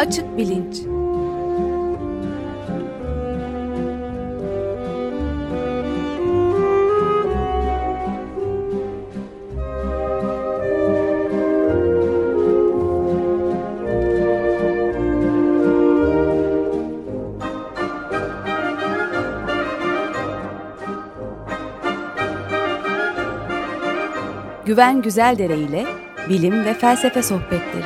Açık Bilinç. Güven Güzeldere ile bilim ve felsefe sohbetleri.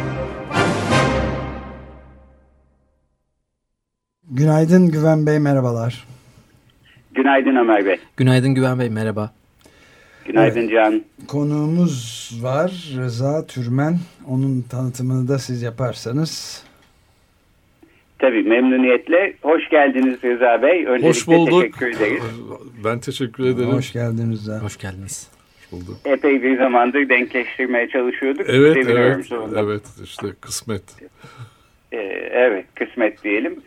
Günaydın Güven Bey, merhabalar. Günaydın Ömer Bey. Günaydın Güven Bey, merhaba. Günaydın evet, Can. Konuğumuz var, Rıza Türmen. Onun tanıtımını da siz yaparsanız. Tabii, memnuniyetle. Hoş geldiniz Rıza Bey. Öncelikle hoş bulduk. Teşekkür ederiz. Ben teşekkür ederim. Hoş geldiniz Rıza. Hoş geldiniz. Hoş bulduk. Epey bir zamandır denkleştirmeye çalışıyorduk. Evet, işte kısmet. Evet, kısmet diyelim.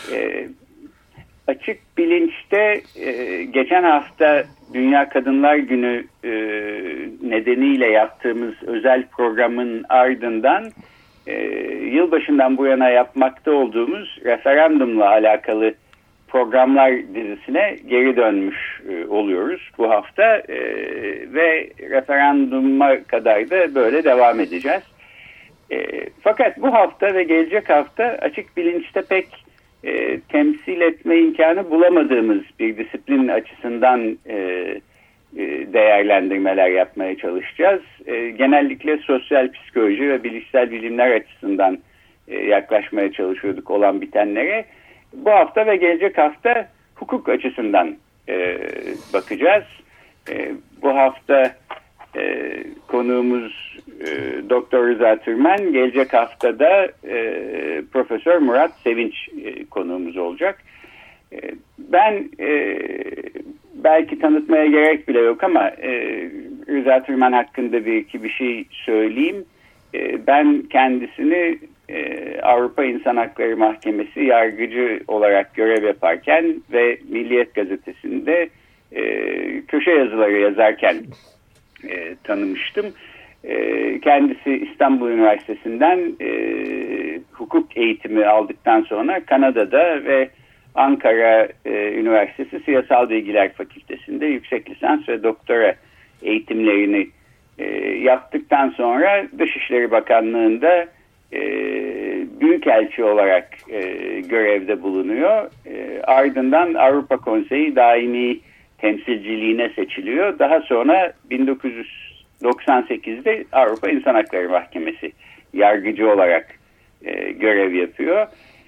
Açık Bilinç'te geçen hafta Dünya Kadınlar Günü nedeniyle yaptığımız özel programın ardından yılbaşından bu yana yapmakta olduğumuz referandumla alakalı programlar dizisine geri dönmüş oluyoruz bu hafta ve referanduma kadar da böyle devam edeceğiz. Fakat bu hafta ve gelecek hafta Açık Bilinç'te pek temsil etme imkanı bulamadığımız bir disiplin açısından değerlendirmeler yapmaya çalışacağız. Genellikle sosyal psikoloji ve bilişsel bilimler açısından yaklaşmaya çalışıyorduk olan bitenlere. Bu hafta ve gelecek hafta hukuk açısından bakacağız. Bu hafta konuğumuz Doktor Rıza Türmen, gelecek hafta da Profesör Murat Sevinç konuğumuz olacak. Ben belki tanıtmaya gerek bile yok ama Rıza Türmen hakkında bir şey söyleyeyim. Ben kendisini Avrupa İnsan Hakları Mahkemesi yargıcı olarak görev yaparken ve Milliyet Gazetesi'nde köşe yazıları yazarken tanımıştım. Kendisi İstanbul Üniversitesi'nden hukuk eğitimi aldıktan sonra Kanada'da ve Ankara Üniversitesi Siyasal Bilgiler Fakültesi'nde yüksek lisans ve doktora eğitimlerini yaptıktan sonra Dışişleri Bakanlığı'nda büyükelçi olarak görevde bulunuyor. Ardından Avrupa Konseyi daimi temsilciliğine seçiliyor. Daha sonra 1998'de Avrupa İnsan Hakları Mahkemesi yargıcı olarak görev yapıyor.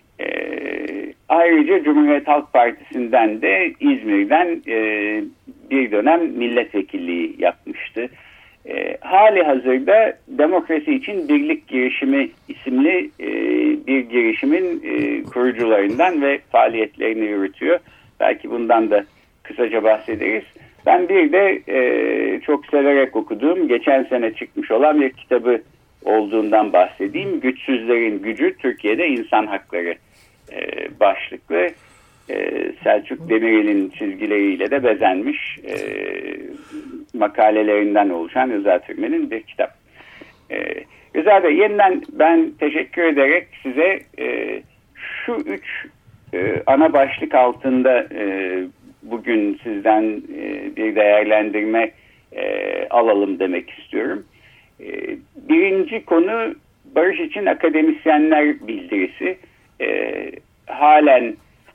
Ayrıca Cumhuriyet Halk Partisi'nden de İzmir'den bir dönem milletvekilliği yapmıştı. Hali hazırda Demokrasi İçin Birlik Girişimi isimli bir girişimin kurucularından ve faaliyetlerini yürütüyor. Belki bundan da kısaca bahsederiz. Ben bir de çok severek okuduğum, geçen sene çıkmış olan bir kitabı olduğundan bahsedeyim. Güçsüzlerin Gücü, Türkiye'de İnsan Hakları başlıklı, Selçuk Demirel'in çizgileriyle de bezenmiş makalelerinden oluşan Rıza Türmen'in bir kitap. Rıza Bey, yeniden ben teşekkür ederek size şu üç ana başlık altında bugün sizden bir değerlendirme alalım demek istiyorum. Birinci konu Barış İçin Akademisyenler bildirisi. Halen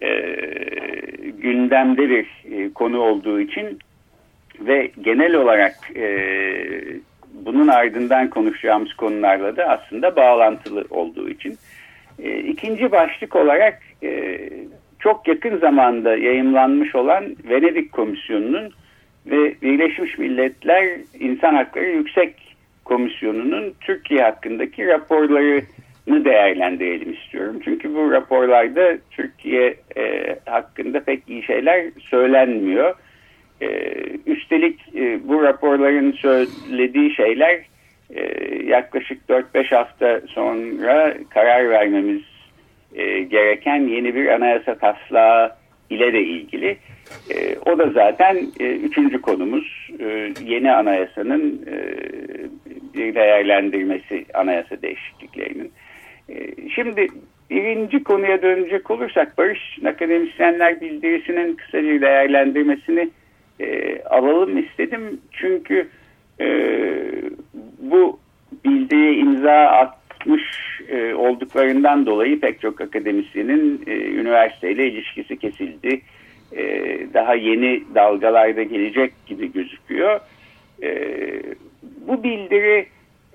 gündemde bir konu olduğu için ve genel olarak bunun ardından konuşacağımız konularla da aslında bağlantılı olduğu için. İkinci başlık olarak çok yakın zamanda yayımlanmış olan Venedik Komisyonu'nun ve Birleşmiş Milletler İnsan Hakları Yüksek Komisyonu'nun Türkiye hakkındaki raporlarını değerlendirelim istiyorum. Çünkü bu raporlarda Türkiye hakkında pek iyi şeyler söylenmiyor. Üstelik bu raporların söylediği şeyler yaklaşık 4-5 hafta sonra karar vermemiz gereken yeni bir anayasa taslağı ile de ilgili. O da zaten üçüncü konumuz, yeni anayasanın bir değerlendirmesi, anayasa değişikliklerinin. Şimdi birinci konuya dönecek olursak, Barış Akademisyenler Bildirisi'nin kısa bir değerlendirmesini alalım istedim. Çünkü bu bildiriye imza atmış olduklarından dolayı pek çok akademisyenin üniversiteyle ilişkisi kesildi. Daha yeni dalgalarda gelecek gibi gözüküyor. Bu bildiri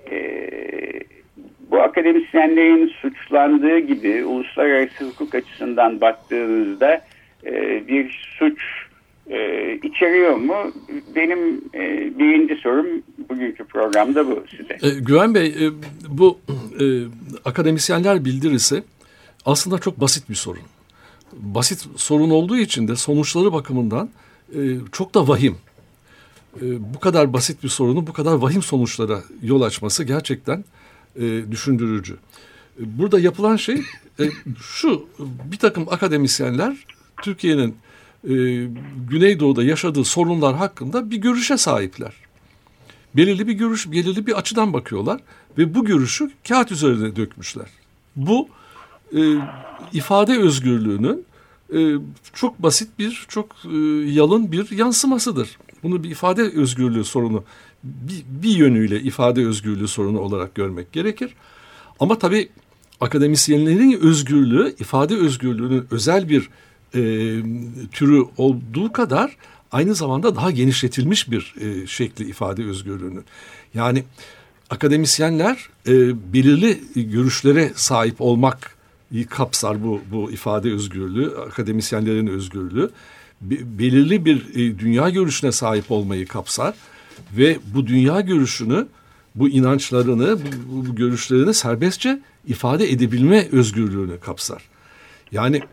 bu akademisyenlerin suçlandığı gibi uluslararası hukuk açısından baktığınızda bir suç içeriyor mu? Benim birinci sorum bugünkü programda bu size. Güven Bey, bu akademisyenler bildirisi aslında çok basit bir sorun. Basit sorun olduğu için de sonuçları bakımından çok da vahim. Bu kadar basit bir sorunu bu kadar vahim sonuçlara yol açması gerçekten düşündürücü. Burada yapılan şey şu: bir takım akademisyenler Türkiye'nin Güneydoğu'da yaşadığı sorunlar hakkında bir görüşe sahipler. Belirli bir görüş, belirli bir açıdan bakıyorlar ve bu görüşü kağıt üzerine dökmüşler. Bu ifade özgürlüğünün çok basit bir, çok yalın bir yansımasıdır. Bunu bir ifade özgürlüğü sorunu, bir yönüyle ifade özgürlüğü sorunu olarak görmek gerekir. Ama tabii akademisyenlerin özgürlüğü, ifade özgürlüğünün özel bir türü olduğu kadar aynı zamanda daha genişletilmiş bir şekli ifade özgürlüğünün. Yani akademisyenler belirli görüşlere sahip olmak kapsar bu ifade özgürlüğü, akademisyenlerin özgürlüğü. Belirli bir dünya görüşüne sahip olmayı kapsar ve bu dünya görüşünü, bu inançlarını, bu görüşlerini serbestçe ifade edebilme özgürlüğünü kapsar. Yani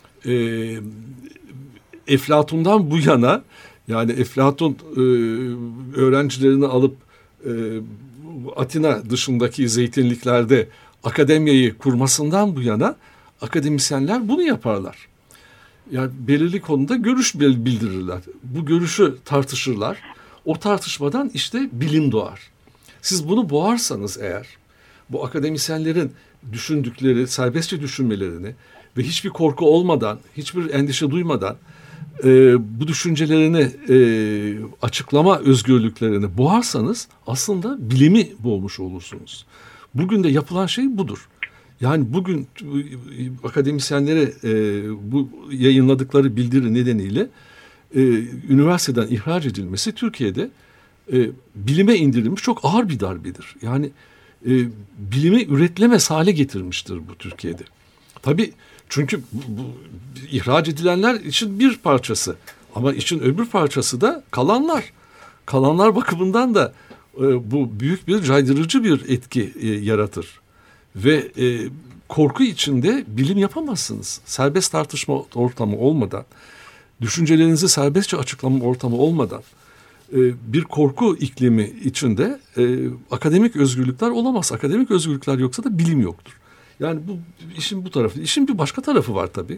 Eflatun'dan bu yana, yani Eflatun öğrencilerini alıp Atina dışındaki zeytinliklerde akademiyayı kurmasından bu yana akademisyenler bunu yaparlar. Yani belirli konuda görüş bildirirler. Bu görüşü tartışırlar. O tartışmadan işte bilim doğar. Siz bunu boğarsanız eğer, bu akademisyenlerin düşündükleri, serbestçe düşünmelerini ve hiçbir korku olmadan, hiçbir endişe duymadan bu düşüncelerini açıklama özgürlüklerini boğarsanız aslında bilimi boğmuş olursunuz. Bugün de yapılan şey budur. Yani bugün akademisyenlere bu yayınladıkları bildiri nedeniyle üniversiteden ihraç edilmesi Türkiye'de bilime indirilmiş çok ağır bir darbedir. Yani bilimi üretilemez hale getirmiştir bu Türkiye'de. Tabii çünkü bu ihraç edilenler için bir parçası, ama için öbür parçası da kalanlar. Kalanlar bakımından da bu büyük bir caydırıcı bir etki yaratır. Ve korku içinde bilim yapamazsınız. Serbest tartışma ortamı olmadan, düşüncelerinizi serbestçe açıklama ortamı olmadan, bir korku iklimi içinde akademik özgürlükler olamaz. Akademik özgürlükler yoksa da bilim yoktur. Yani bu işin bu tarafı. İşin bir başka tarafı var tabii.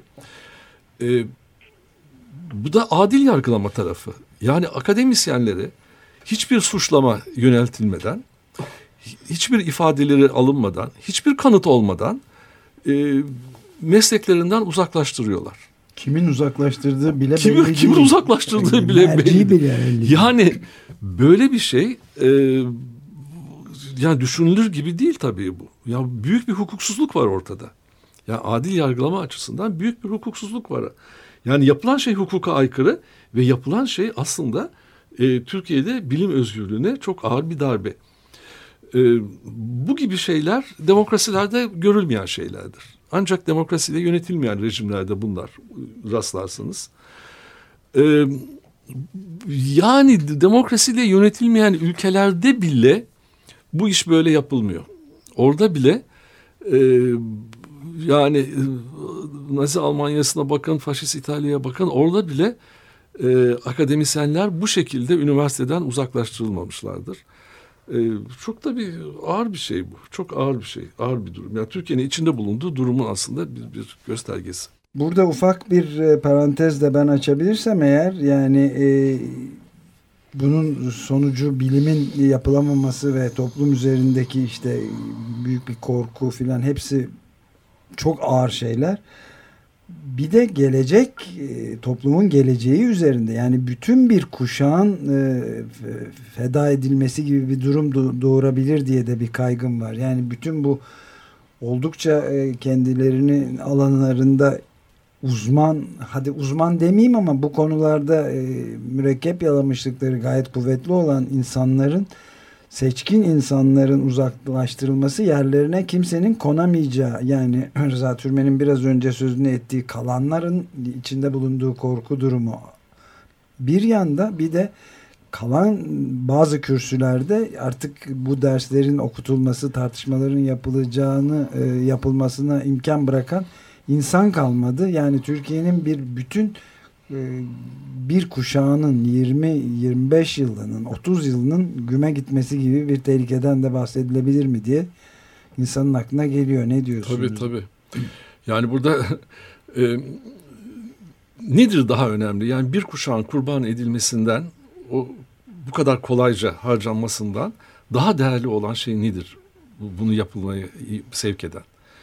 Bu da adil yargılama tarafı. Yani akademisyenlere hiçbir suçlama yöneltilmeden, hiçbir ifadeleri alınmadan, hiçbir kanıt olmadan mesleklerinden uzaklaştırıyorlar. Kimin uzaklaştırdığı bile belli değil. Kimin uzaklaştırdığı bile belli. Yani böyle bir şey yani düşünülür gibi değil tabii bu. Ya büyük bir hukuksuzluk var ortada. Ya adil yargılama açısından büyük bir hukuksuzluk var. Yani yapılan şey hukuka aykırı ve yapılan şey aslında Türkiye'de bilim özgürlüğüne çok ağır bir darbe. Bu gibi şeyler demokrasilerde görülmeyen şeylerdir. Ancak demokrasiyle yönetilmeyen rejimlerde bunlar rastlarsınız. Yani demokrasiyle yönetilmeyen ülkelerde bile bu iş böyle yapılmıyor. Orada bile yani Nazi Almanya'sına bakın, Faşist İtalya'ya bakın, orada bile akademisyenler bu şekilde üniversiteden uzaklaştırılmamışlardır. Çok da bir ağır bir şey bu. Çok ağır bir şey. Ağır bir durum. Yani Türkiye'nin içinde bulunduğu durumun aslında bir göstergesi. Burada ufak bir parantez de ben açabilirsem eğer, yani bunun sonucu bilimin yapılamaması ve toplum üzerindeki işte büyük bir korku filan hepsi çok ağır şeyler. Bir de gelecek, toplumun geleceği üzerinde, yani bütün bir kuşağın feda edilmesi gibi bir durum doğurabilir diye de bir kaygım var. Yani bütün bu oldukça kendilerinin alanlarında uzman, hadi uzman demeyeyim ama bu konularda mürekkep yalamışlıkları gayet kuvvetli olan insanların, seçkin insanların uzaklaştırılması, yerlerine kimsenin konamayacağı, yani Rıza Türmen'in biraz önce sözünü ettiği kalanların içinde bulunduğu korku durumu bir yanda, bir de kalan bazı kürsülerde artık bu derslerin okutulması, tartışmaların yapılmasına imkan bırakan insan kalmadı. Yani Türkiye'nin bir kuşağının 20-25 yılının, 30 yılının güme gitmesi gibi bir tehlikeden de bahsedilebilir mi diye insanın aklına geliyor. Ne diyorsunuz? Tabii. Yani burada nedir daha önemli? Yani bir kuşağın kurban edilmesinden, bu kadar kolayca harcanmasından daha değerli olan şey nedir? Bunu yapılmaya sevk eden.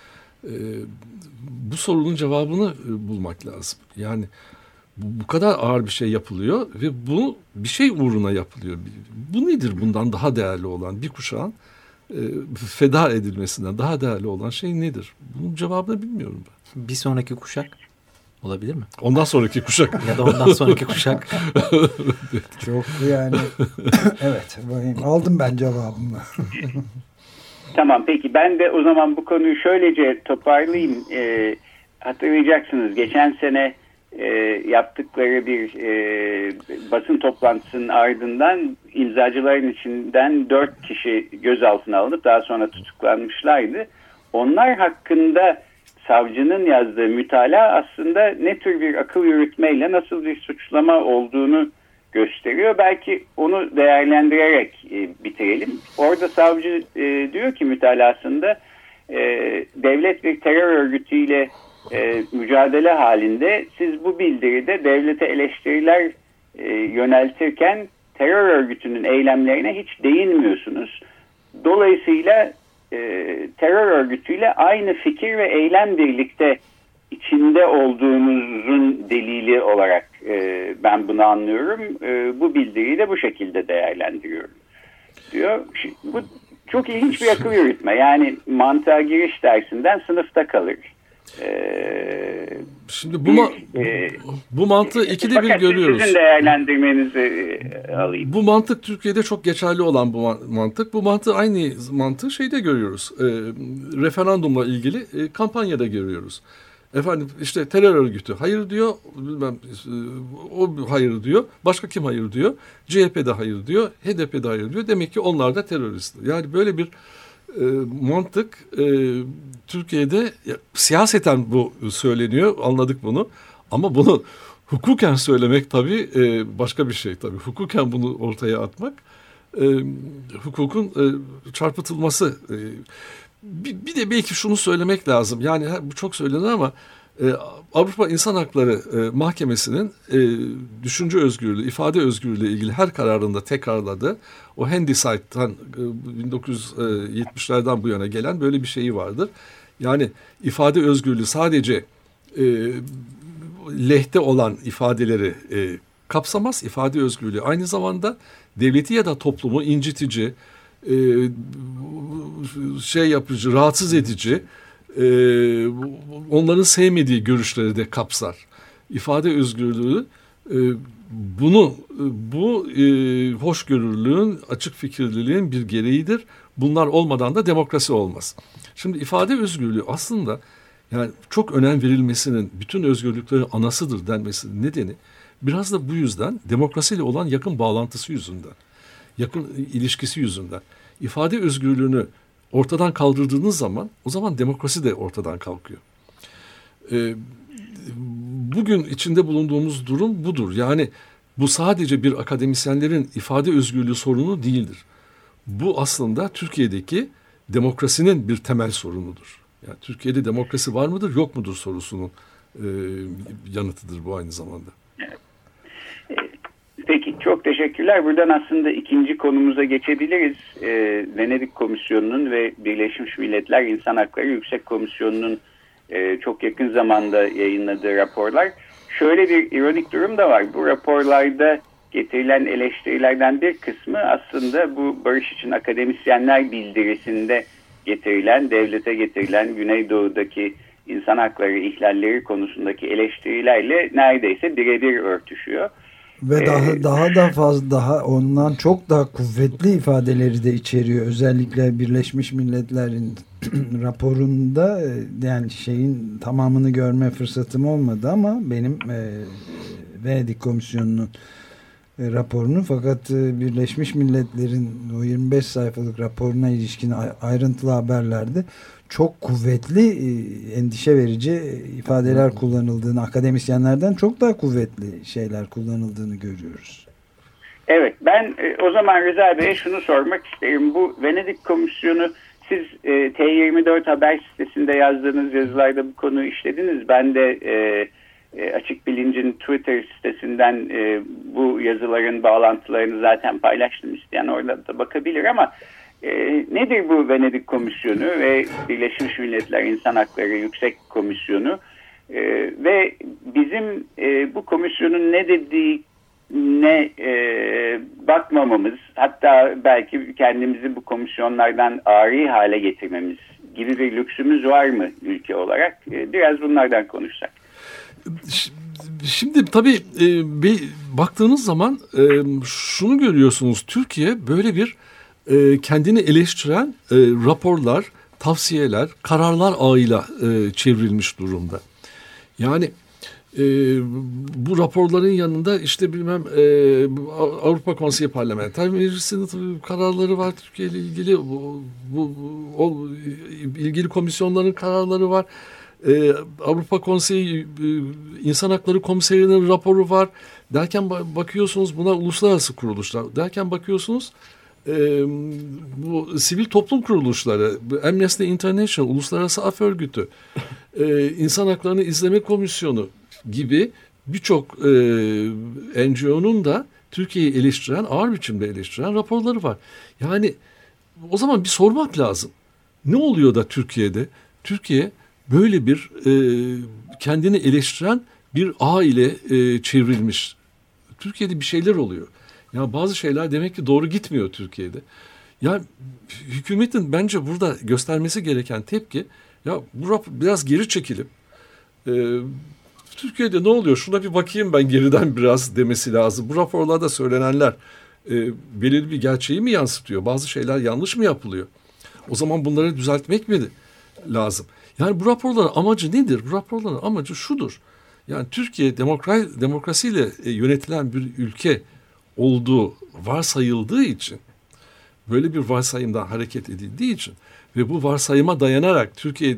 Bu sorunun cevabını bulmak lazım. Yani bu kadar ağır bir şey yapılıyor ve bu bir şey uğruna yapılıyor. Bu nedir bundan daha değerli olan, bir kuşağın feda edilmesinden daha değerli olan şey nedir? Bunun cevabını bilmiyorum ben. Bir sonraki kuşak olabilir mi? Ondan sonraki kuşak. Ya da ondan sonraki kuşak. Çok yani. Evet. Aldım ben cevabımı. Tamam, peki ben de o zaman bu konuyu şöylece toparlayayım. Hatırlayacaksınız, geçen sene yaptıkları bir basın toplantısının ardından imzacıların içinden 4 kişi gözaltına alınıp daha sonra tutuklanmışlardı. Onlar hakkında savcının yazdığı mütalaa aslında ne tür bir akıl yürütmeyle nasıl bir suçlama olduğunu gösteriyor. Belki onu değerlendirerek bitirelim. Orada savcı diyor ki mütalasında devlet bir terör örgütüyle mücadele halinde siz bu bildiride devlete eleştiriler yöneltirken terör örgütünün eylemlerine hiç değinmiyorsunuz. Dolayısıyla terör örgütüyle aynı fikir ve eylem birlikte içinde olduğunuzun delili olarak ben bunu anlıyorum. Bu bildiriyi de bu şekilde değerlendiriyorum diyor. Bu çok ilginç bir akıl yürütme. Yani mantığa giriş dersinden sınıfta kalır. Şimdi bu mantığı ikide bir görüyoruz. Sizin değerlendirmenizi alayım. Bu mantık Türkiye'de çok geçerli olan bu mantık. Bu mantığı, aynı mantığı şeyde görüyoruz. Referandumla ilgili kampanyada görüyoruz. Efendim işte terör örgütü hayır diyor, bilmem o hayır diyor, başka kim hayır diyor, CHP de hayır diyor, HDP de hayır diyor. Demek ki onlar da terörist. Yani böyle bir mantık Türkiye'de siyaseten bu söyleniyor, anladık bunu. Ama bunu hukuken söylemek tabii başka bir şey tabii. Hukuken bunu ortaya atmak, hukukun çarpıtılması. Bir de belki şunu söylemek lazım. Yani bu çok söylenir ama Avrupa İnsan Hakları Mahkemesi'nin düşünce özgürlüğü, ifade özgürlüğü ile ilgili her kararında tekrarladı. O Handysite'dan 1970'lerden bu yana gelen böyle bir şeyi vardır. Yani ifade özgürlüğü sadece lehte olan ifadeleri kapsamaz. İfade özgürlüğü aynı zamanda devleti ya da toplumu incitici, yapıcı, rahatsız edici, onların sevmediği görüşleri de kapsar. İfade özgürlüğü bu hoşgörülülüğün, açık fikirliliğin bir gereğidir. Bunlar olmadan da demokrasi olmaz. Şimdi ifade özgürlüğü aslında yani çok önem verilmesinin, bütün özgürlüklerin anasıdır denmesinin nedeni biraz da bu yüzden, demokrasiyle olan yakın bağlantısı yüzünden, yakın ilişkisi yüzünden. İfade özgürlüğünü ortadan kaldırdığınız zaman, o zaman demokrasi de ortadan kalkıyor. Bugün içinde bulunduğumuz durum budur. Yani bu sadece bir akademisyenlerin ifade özgürlüğü sorunu değildir. Bu aslında Türkiye'deki demokrasinin bir temel sorunudur. Yani Türkiye'de demokrasi var mıdır, yok mudur sorusunun yanıtıdır bu aynı zamanda. Peki, çok teşekkürler. Buradan aslında ikinci konumuza geçebiliriz. Venedik Komisyonu'nun ve Birleşmiş Milletler İnsan Hakları Yüksek Komisyonu'nun çok yakın zamanda yayınladığı raporlar. Şöyle bir ironik durum da var. Bu raporlarda getirilen eleştirilerden bir kısmı aslında bu Barış için Akademisyenler bildirisinde devlete getirilen Güneydoğu'daki insan hakları ihlalleri konusundaki eleştirilerle neredeyse birebir örtüşüyor. Ve daha da fazla, ondan çok daha kuvvetli ifadeleri de içeriyor. Özellikle Birleşmiş Milletler'in raporunda, yani şeyin tamamını görme fırsatım olmadı ama benim Venedik Komisyonu'nun raporunu, fakat Birleşmiş Milletler'in o 25 sayfalık raporuna ilişkin ayrıntılı haberlerde çok kuvvetli, endişe verici ifadeler kullanıldığını, akademisyenlerden çok daha kuvvetli şeyler kullanıldığını görüyoruz. Evet, ben o zaman Rıza Bey'e şunu sormak isterim. Bu Venedik Komisyonu, siz T24 haber sitesinde yazdığınız yazılarda bu konuyu işlediniz. Ben de Açık Bilinc'in Twitter sitesinden bu yazıların bağlantılarını zaten paylaştım. İsteyen orada da bakabilir ama nedir bu Venedik Komisyonu ve Birleşmiş Milletler İnsan Hakları Yüksek Komisyonu ve bizim bu komisyonun ne dediğine bakmamamız, hatta belki kendimizi bu komisyonlardan ari hale getirmemiz gibi bir lüksümüz var mı ülke olarak? Biraz bunlardan konuşsak. Şimdi tabii baktığınız zaman şunu görüyorsunuz. Türkiye böyle bir kendini eleştiren raporlar, tavsiyeler, kararlar ağıyla çevrilmiş durumda. Yani bu raporların yanında işte Avrupa Konseyi Parlamenter Meclisi'nin kararları var, Türkiye ile ilgili ilgili komisyonların kararları var. Avrupa Konseyi İnsan Hakları Komiserinin raporu var. Derken bakıyorsunuz buna uluslararası kuruluşlar. Derken bakıyorsunuz bu sivil toplum kuruluşları, Amnesty International, Uluslararası Af Örgütü, İnsan Haklarını İzleme Komisyonu gibi birçok NGO'nun da Türkiye'yi eleştiren, ağır biçimde eleştiren raporları var. Yani o zaman bir sormak lazım. Ne oluyor da Türkiye'de? Türkiye böyle bir kendini eleştiren bir ağ ile çevrilmiş. Türkiye'de bir şeyler oluyor. Ya bazı şeyler demek ki doğru gitmiyor Türkiye'de. Ya hükümetin bence burada göstermesi gereken tepki, ya biraz geri çekilip Türkiye'de ne oluyor? Şuna bir bakayım ben geriden biraz demesi lazım. Bu raporlarda söylenenler belirli bir gerçeği mi yansıtıyor? Bazı şeyler yanlış mı yapılıyor? O zaman bunları düzeltmek mi lazım? Yani bu raporların amacı nedir? Bu raporların amacı şudur. Yani Türkiye demokrasiyle yönetilen bir ülke olduğu varsayıldığı için, böyle bir varsayımdan hareket edildiği için ve bu varsayıma dayanarak Türkiye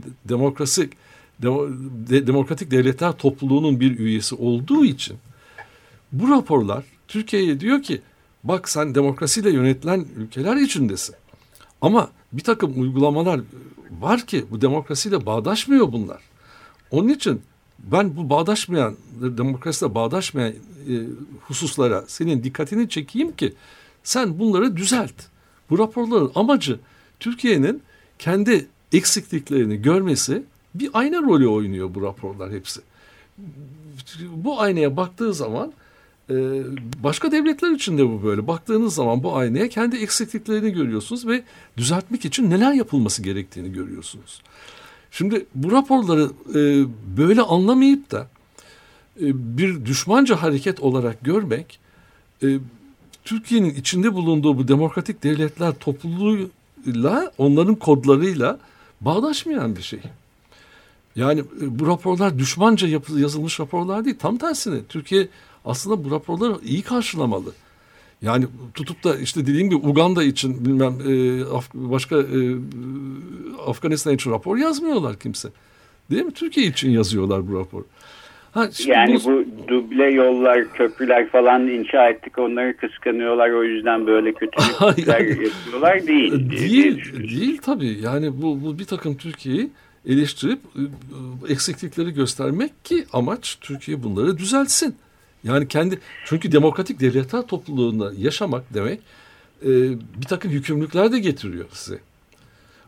demokratik devletler topluluğunun bir üyesi olduğu için bu raporlar Türkiye'ye diyor ki bak sen demokrasiyle yönetilen ülkeler içindesin. Ama bir takım uygulamalar var ki bu demokrasiyle bağdaşmıyor bunlar. Onun için ben bu demokrasiyle bağdaşmayan hususlara senin dikkatini çekeyim ki sen bunları düzelt. Bu raporların amacı Türkiye'nin kendi eksikliklerini görmesi, bir ayna rolü oynuyor bu raporlar hepsi. Bu aynaya baktığı zaman başka devletler için de bu böyle. Baktığınız zaman bu aynaya kendi eksikliklerini görüyorsunuz ve düzeltmek için neler yapılması gerektiğini görüyorsunuz. Şimdi bu raporları böyle anlamayıp da bir düşmanca hareket olarak görmek, Türkiye'nin içinde bulunduğu bu demokratik devletler topluluğuyla, onların kodlarıyla bağdaşmayan bir şey. Yani bu raporlar düşmanca yazılmış raporlar değil. Tam tersine Türkiye aslında bu raporları iyi karşılamalı. Yani tutup da işte dediğim gibi Uganda için başka Afganistan için rapor yazmıyorlar kimse. Değil mi? Türkiye için yazıyorlar bu raporu. Yani bu duble yollar, köprüler falan inşa ettik, onları kıskanıyorlar, o yüzden böyle kötülükler yapıyorlar değil. Değil tabii. Yani bu bir takım Türkiye'yi eleştirip eksiklikleri göstermek ki amaç Türkiye bunları düzeltsin. Yani çünkü demokratik devletler topluluğunda yaşamak demek bir takım yükümlülükler de getiriyor size.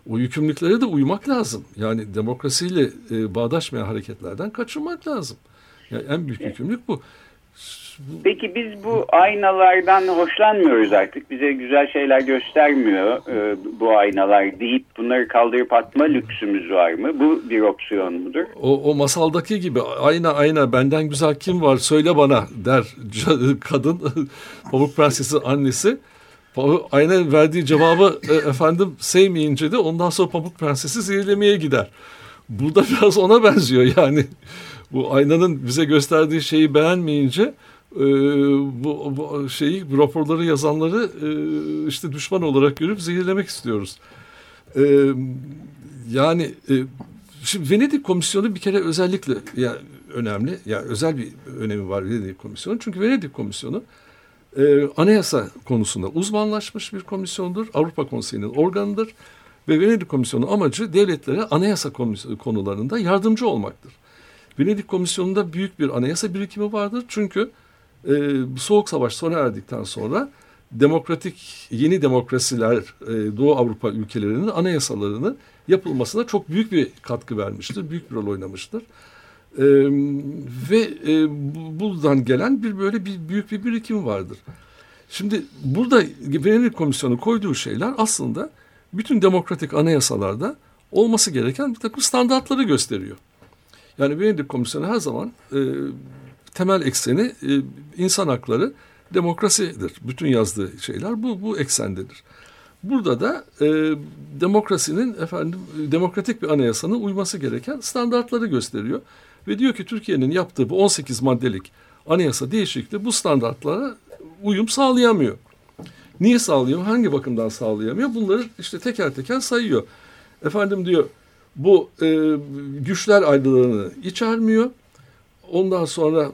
O yükümlülüklere de uymak lazım. Yani demokrasiyle bağdaşmayan hareketlerden kaçınmak lazım. Yani en büyük yükümlülük bu. Peki biz bu aynalardan hoşlanmıyoruz artık. Bize güzel şeyler göstermiyor bu aynalar deyip bunları kaldırıp atma lüksümüz var mı? Bu bir opsiyon mudur? O masaldaki gibi ayna benden güzel kim var söyle bana der kadın Pamuk Prenses'in annesi. Ayna verdiği cevabı efendim sevmeyince de ondan sonra Pamuk Prenses'i zehirlemeye gider. Burada biraz ona benziyor yani. Bu aynanın bize gösterdiği şeyi beğenmeyince bu şeyi, bu raporları yazanları işte düşman olarak görüp zehirlemek istiyoruz. Yani şimdi Venedik Komisyonu bir kere özellikle önemli. Yani özel bir önemi var Venedik Komisyonu. Çünkü Venedik Komisyonu anayasa konusunda uzmanlaşmış bir komisyondur. Avrupa Konseyi'nin organıdır. Ve Venedik Komisyonu amacı devletlere anayasa konularında yardımcı olmaktır. Venedik Komisyonu'nda büyük bir anayasa birikimi vardır. Çünkü Soğuk Savaş sona erdikten sonra yeni demokrasiler Doğu Avrupa ülkelerinin anayasalarının yapılmasına çok büyük bir katkı vermiştir. Büyük bir rol oynamıştır. Ve buradan gelen büyük bir birikim vardır. Şimdi burada Venedik Komisyonu koyduğu şeyler aslında bütün demokratik anayasalarda olması gereken bir takım standartları gösteriyor. Yani Venedik Komisyonu her zaman temel ekseni insan hakları, demokrasidir. Bütün yazdığı şeyler bu eksendedir. Burada da demokrasinin demokratik bir anayasanın uyması gereken standartları gösteriyor. Ve diyor ki Türkiye'nin yaptığı bu 18 maddelik anayasa değişikliği bu standartlara uyum sağlayamıyor. Niye sağlayamıyor? Hangi bakımdan sağlayamıyor? Bunları işte teker teker sayıyor. Efendim diyor bu güçler ayrılığını içermiyor. Ondan sonra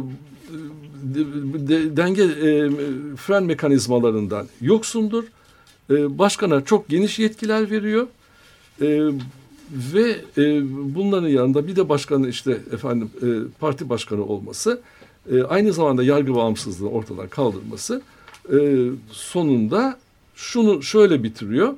denge fren mekanizmalarından yoksundur. Başkana çok geniş yetkiler veriyor. Ve bunların yanında bir de başkanı parti başkanı olması, aynı zamanda yargı bağımsızlığı ortadan kaldırması sonunda şunu şöyle bitiriyor.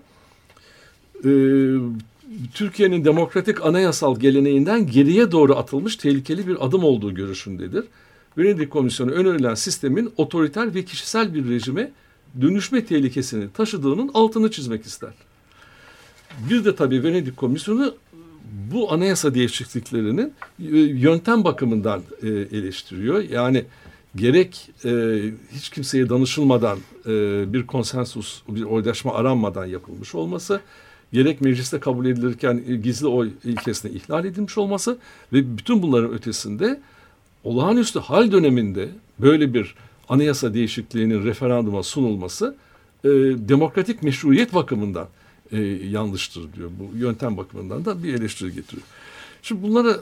Türkiye'nin demokratik anayasal geleneğinden geriye doğru atılmış tehlikeli bir adım olduğu görüşündedir. Venedik Komisyonu önerilen sistemin otoriter ve kişisel bir rejime dönüşme tehlikesini taşıdığının altını çizmek ister. Bir de tabii Venedik Komisyonu bu anayasa değişikliklerinin yöntem bakımından eleştiriyor. Yani gerek hiç kimseye danışılmadan bir konsensus, bir oylaşma aranmadan yapılmış olması, gerek mecliste kabul edilirken gizli oy ilkesine ihlal edilmiş olması ve bütün bunların ötesinde olağanüstü hal döneminde böyle bir anayasa değişikliğinin referanduma sunulması demokratik meşruiyet bakımından yanlıştır diyor. Bu yöntem bakımından da bir eleştiri getiriyor. Şimdi bunlara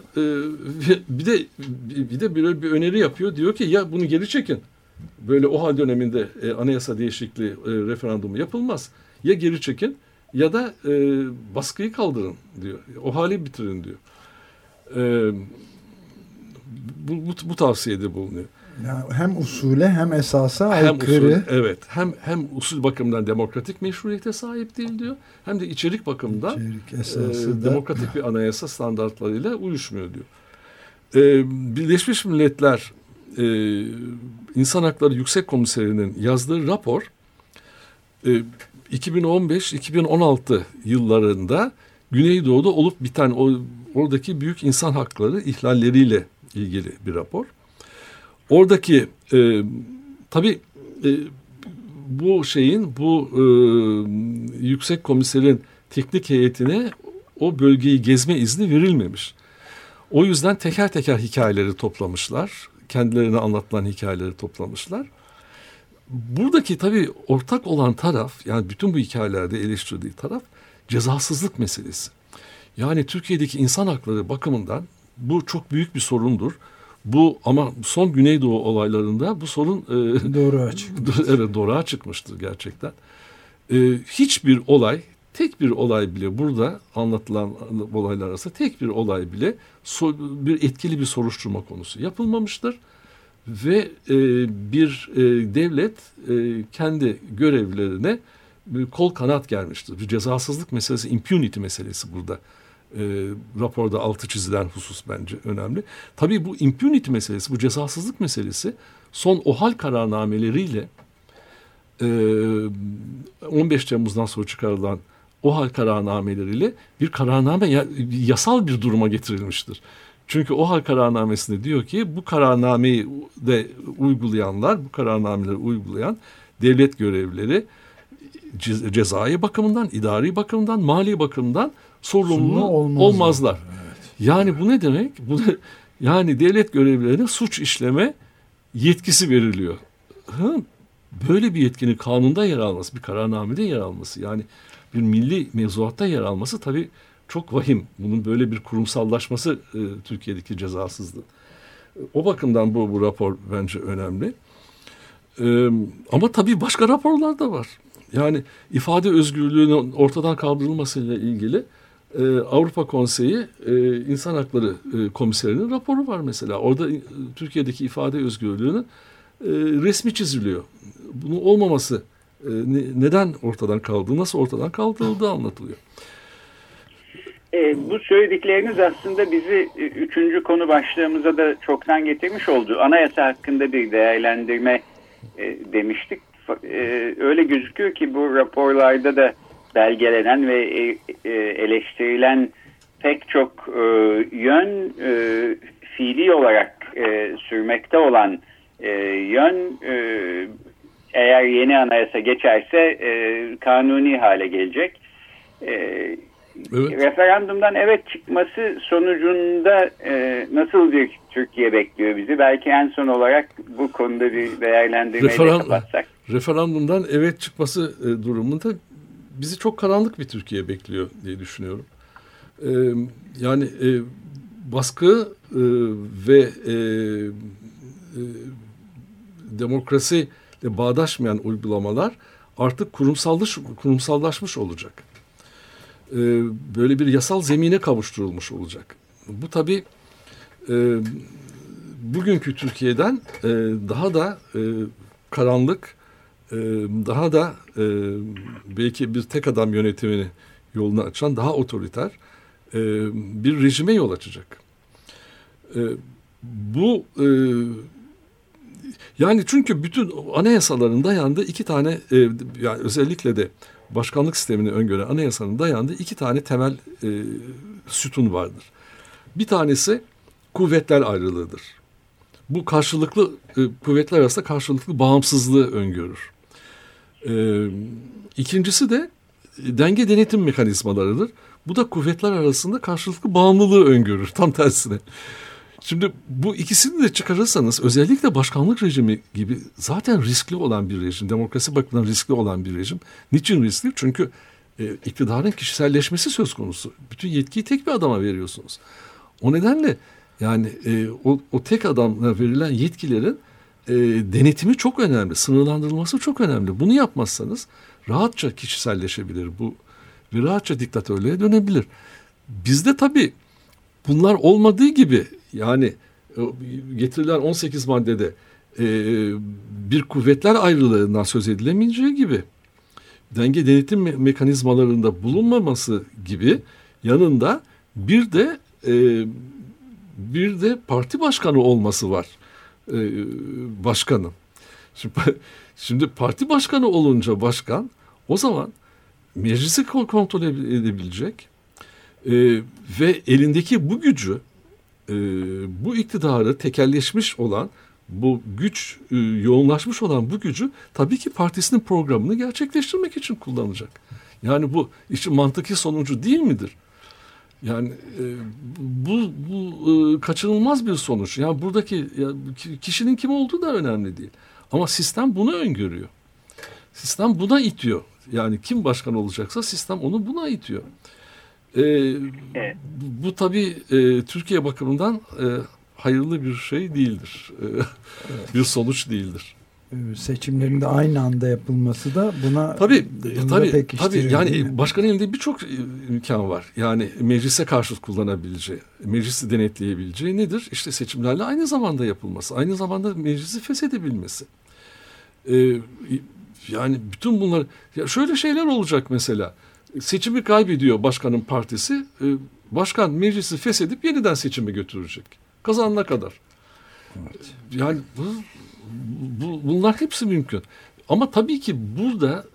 bir de böyle bir öneri yapıyor. Diyor ki ya bunu geri çekin. Böyle o hal döneminde anayasa değişikliği referandumu yapılmaz. Ya geri çekin ya da baskıyı kaldırın diyor. O hali bitirin diyor. Bu tavsiyede bulunuyor. Yani hem usule hem esasa aykırı. Evet. Hem usul bakımından demokratik meşruiyete sahip değil diyor. Hem de içerik bakımından demokratik bir anayasa standartlarıyla uyuşmuyor diyor. Birleşmiş Milletler İnsan Hakları Yüksek Komiserinin yazdığı rapor 2015-2016 yıllarında Güneydoğu'da olup biten oradaki büyük insan hakları ihlalleriyle ilgili bir rapor. Oradaki tabii bu yüksek komiserin teknik heyetine o bölgeyi gezme izni verilmemiş. O yüzden teker teker hikayeleri toplamışlar. Kendilerine anlatılan hikayeleri toplamışlar. Buradaki tabii ortak olan taraf, yani bütün bu hikayelerde eleştirdiği taraf cezasızlık meselesi. Yani Türkiye'deki insan hakları bakımından bu çok büyük bir sorundur. Ama son Güneydoğu olaylarında bu sorun doğruğa çıkmıştır gerçekten. Hiçbir olay, tek bir olay bile burada anlatılan olaylar arasında tek bir olay bile bir etkili bir soruşturma konusu yapılmamıştır. Ve bir devlet kendi görevlerine bir kol kanat gelmiştir. Bir cezasızlık meselesi, impunity meselesi burada. Raporda altı çizilen husus bence önemli. Tabii bu impunity meselesi, bu cezasızlık meselesi son OHAL kararnameleriyle 15 Temmuz'dan sonra çıkarılan OHAL kararnameleriyle bir kararname, yasal bir duruma getirilmiştir. Çünkü OHAL kararnamesinde diyor ki bu kararnameyi de uygulayanlar, bu kararnameleri uygulayan devlet görevlileri cezai bakımından, idari bakımdan, mali bakımdan sorumlu olmazlar. Evet. Yani bu ne demek? Yani devlet görevlilerine suç işleme yetkisi veriliyor. Böyle bir yetkinin kanunda yer alması, bir kararnamede yer alması, yani bir milli mevzuatta yer alması tabii çok vahim. Bunun böyle bir kurumsallaşması Türkiye'deki cezasızlığı. O bakımdan bu rapor bence önemli. Ama tabii başka raporlar da var. Yani ifade özgürlüğünün ortadan kaldırılmasıyla ilgili Avrupa Konseyi İnsan Hakları Komiserinin raporu var mesela. Orada Türkiye'deki ifade özgürlüğünün resmi çiziliyor. Bunun olmaması neden ortadan kaldığı, nasıl ortadan kaldırıldığı anlatılıyor. Bu söyledikleriniz aslında bizi 3. konu başlığımıza da çoktan getirmiş oldu. Anayasa hakkında bir değerlendirme demiştik. Öyle gözüküyor ki bu raporlarda da belgelenen ve eleştirilen pek çok yön fiili olarak sürmekte olan yön eğer yeni anayasa geçerse kanuni hale gelecek. Evet. Referandumdan evet çıkması sonucunda nasıl bir Türkiye bekliyor bizi? Belki en son olarak bu konuda bir değerlendirmeyle kapatsak. Referandumdan evet çıkması durumunda bizi çok karanlık bir Türkiye bekliyor diye düşünüyorum. Yani baskı ve demokrasiyle bağdaşmayan uygulamalar artık kurumsallaşmış olacak. Böyle bir yasal zemine kavuşturulmuş olacak. Bu tabii bugünkü Türkiye'den daha da karanlık, daha da belki bir tek adam yönetimini yolunu açan daha otoriter bir rejime yol açacak. Bu yani çünkü bütün anayasaların dayandığı iki tane yani özellikle de başkanlık sistemini öngören anayasanın dayandığı iki tane temel sütun vardır. Bir tanesi kuvvetler ayrılığıdır. Bu karşılıklı kuvvetler arasında karşılıklı bağımsızlığı öngörür. İkincisi de denge denetim mekanizmalarıdır. Bu da kuvvetler arasında karşılıklı bağımlılığı öngörür. Tam tersine. Şimdi bu ikisini de çıkarırsanız özellikle başkanlık rejimi gibi zaten riskli olan bir rejim, demokrasi bakımından riskli olan bir rejim. Niçin riskli? Çünkü iktidarın kişiselleşmesi söz konusu. Bütün yetkiyi tek bir adama veriyorsunuz. O nedenle yani o tek adamla verilen yetkilerin denetimi çok önemli, sınırlandırılması çok önemli. Bunu yapmazsanız rahatça kişiselleşebilir bu ve rahatça diktatörlüğe dönebilir. Bizde tabii bunlar olmadığı gibi yani getirilen 18 maddede bir kuvvetler ayrılığından söz edilemeyeceği gibi denge denetim mekanizmalarında bulunmaması gibi yanında bir de parti başkanı olması var başkanın. Şimdi parti başkanı olunca başkan o zaman meclisi kontrol edebilecek ve elindeki bu gücü bu iktidarı tekelleşmiş olan bu güç yoğunlaşmış olan bu gücü tabii ki partisinin programını gerçekleştirmek için kullanacak. Yani bu işin mantıki sonucu değil midir? Yani bu kaçınılmaz bir sonuç. Yani buradaki kişinin kim olduğu da önemli değil. Ama sistem bunu öngörüyor. Sistem buna itiyor. Yani kim başkan olacaksa sistem onu buna itiyor. Bu tabii Türkiye bakımından hayırlı bir şey değildir. Bir sonuç değildir. Seçimlerin de aynı anda yapılması da buna tabii yani başkanın elinde birçok imkan var. Yani meclise karşı kullanabileceği, meclisi denetleyebileceği nedir? İşte seçimlerle aynı zamanda yapılması, aynı zamanda meclisi feshedebilmesi. Yani bütün bunlar, ya şöyle şeyler olacak mesela. Seçimi kaybediyor başkanın partisi. Başkan meclisi feshedip yeniden seçime götürecek. Kazanana kadar. Evet. Yani bunlar hepsi mümkün. Ama tabii ki burada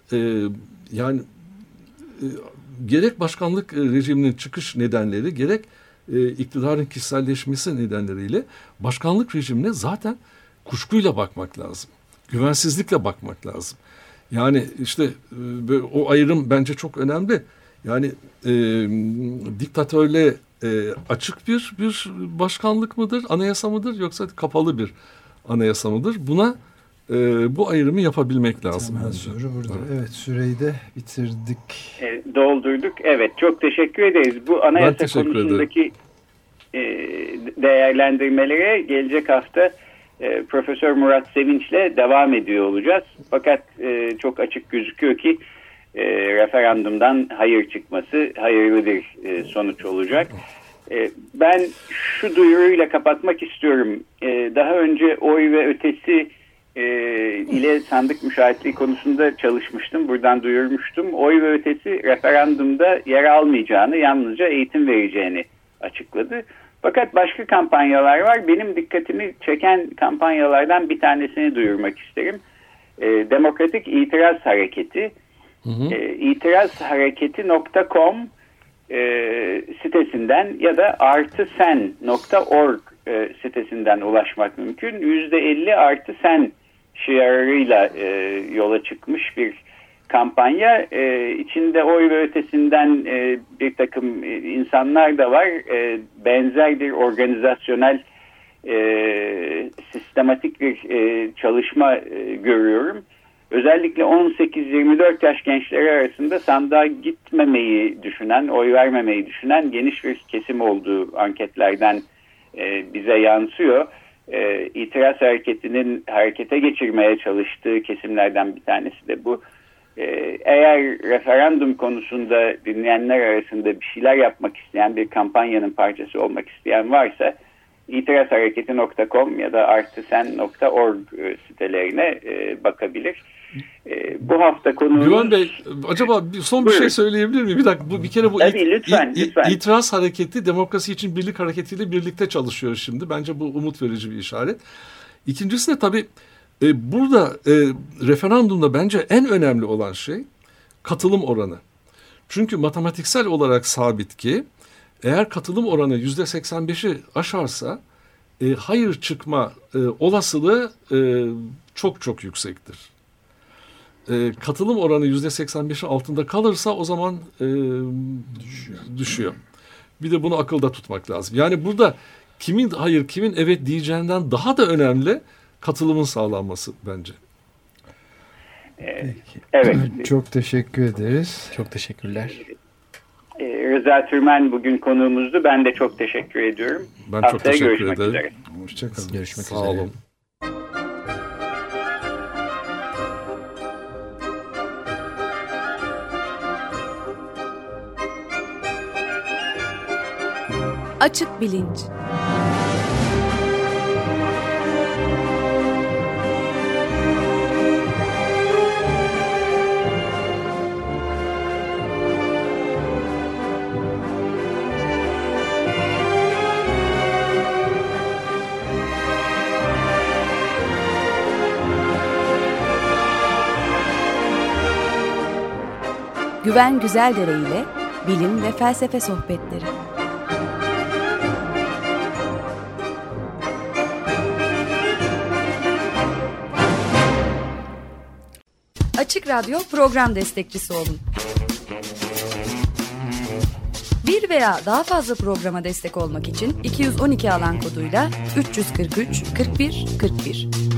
gerek başkanlık rejiminin çıkış nedenleri, gerek iktidarın kişiselleşmesi nedenleriyle başkanlık rejimine zaten kuşkuyla bakmak lazım. Güvensizlikle bakmak lazım. Yani işte o ayrım bence çok önemli. Yani diktatörle açık bir başkanlık mıdır, anayasa mıdır, yoksa kapalı bir anayasa mıdır? Buna bu ayrımı yapabilmek lazım. Temel soru burada. Evet, süreyi de bitirdik. Doldurduk. Evet, çok teşekkür ederiz. Bu anayasa konusundaki değerlendirmelere gelecek hafta Profesör Murat Sevinç'le devam ediyor olacağız. Fakat çok açık gözüküyor ki referandumdan hayır çıkması hayırlı bir sonuç olacak. Ben şu duyuruyla kapatmak istiyorum. Daha önce oy ve ötesi ile sandık müşahitliği konusunda çalışmıştım. Buradan duyurmuştum. Oy ve ötesi referandumda yer almayacağını, yalnızca eğitim vereceğini açıkladı. Fakat başka kampanyalar var. Benim dikkatimi çeken kampanyalardan bir tanesini duyurmak isterim. Demokratik İtiraz Hareketi. İtirazhareketi.com sitesinden ya da +sen.org sitesinden ulaşmak mümkün. %50 artı sen şiarıyla yola çıkmış bir kampanya. İçinde oy ve ötesinden bir takım insanlar da var. Benzer bir organizasyonel sistematik bir çalışma görüyorum. Özellikle 18-24 yaş gençleri arasında sandığa gitmemeyi düşünen, oy vermemeyi düşünen geniş bir kesim olduğu anketlerden bize yansıyor. İtiraz hareketinin harekete geçirmeye çalıştığı kesimlerden bir tanesi de bu. Eğer referandum konusunda dinleyenler arasında bir şeyler yapmak isteyen, bir kampanyanın parçası olmak isteyen varsa itirazhareketi.com ya da +sen.org sitelerine bakabilir. Bu hafta konumuz... Güven Bey, acaba son bir şey söyleyebilir miyim? Bir dakika, bir kere bu lütfen. itiraz hareketi Demokrasi için Birlik Hareketi'yle birlikte çalışıyor şimdi. Bence bu umut verici bir işaret. İkincisi de tabii burada referandumda bence en önemli olan şey katılım oranı. Çünkü matematiksel olarak sabit ki eğer katılım oranı %85'i aşarsa hayır çıkma olasılığı çok çok yüksektir. Katılım oranı %85'in altında kalırsa o zaman düşüyor. Bir de bunu akılda tutmak lazım. Yani burada kimin hayır kimin evet diyeceğinden daha da önemli katılımın sağlanması bence. Evet. Çok teşekkür ederiz. Çok teşekkürler. Rıza Türmen bugün konuğumuzdu. Ben de çok teşekkür ediyorum. Ben çok teşekkür ederim. Üzere. Hoşçakalın. Görüşmek Sağ üzere. olun. Açık Bilinç. Güven Güzeldere ile bilim ve felsefe sohbetleri. Açık Radyo program destekçisi olun. Bir veya daha fazla programa destek olmak için 212 alan koduyla 343 41 41